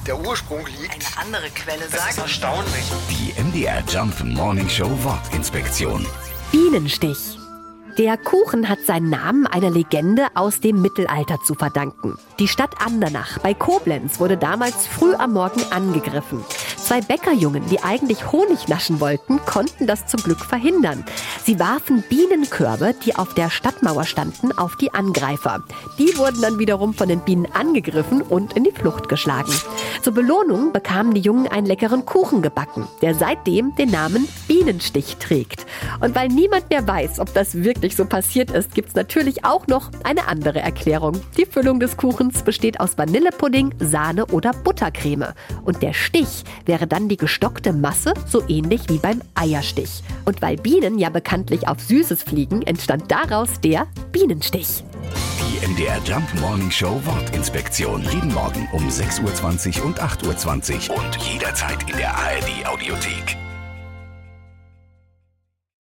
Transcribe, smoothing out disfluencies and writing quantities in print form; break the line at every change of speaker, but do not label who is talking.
der Ursprung liegt.
Eine andere Quelle
Das
sagt...
ist erstaunlich.
Die MDR Jump Morning Show Wortinspektion.
Bienenstich. Der Kuchen hat seinen Namen einer Legende aus dem Mittelalter zu verdanken. Die Stadt Andernach bei Koblenz wurde damals früh am Morgen angegriffen. 2 Bäckerjungen, die eigentlich Honig naschen wollten, konnten das zum Glück verhindern. Sie warfen Bienenkörbe, die auf der Stadtmauer standen, auf die Angreifer. Die wurden dann wiederum von den Bienen angegriffen und in die Flucht geschlagen. Zur Belohnung bekamen die Jungen einen leckeren Kuchen gebacken, der seitdem den Namen Bienenstich trägt. Und weil niemand mehr weiß, ob das wirklich so passiert ist, gibt es natürlich auch noch eine andere Erklärung. Die Füllung des Kuchens besteht aus Vanillepudding, Sahne oder Buttercreme. Und der Stich wäre dann die gestockte Masse, so ähnlich wie beim Eierstich. Und weil Bienen ja bekanntlich auf Süßes fliegen, entstand daraus der Bienenstich.
Die MDR Jump Morning Show Wortinspektion. Jeden Morgen um 6.20 Uhr und 8.20 Uhr und jederzeit in der ARD Audiothek.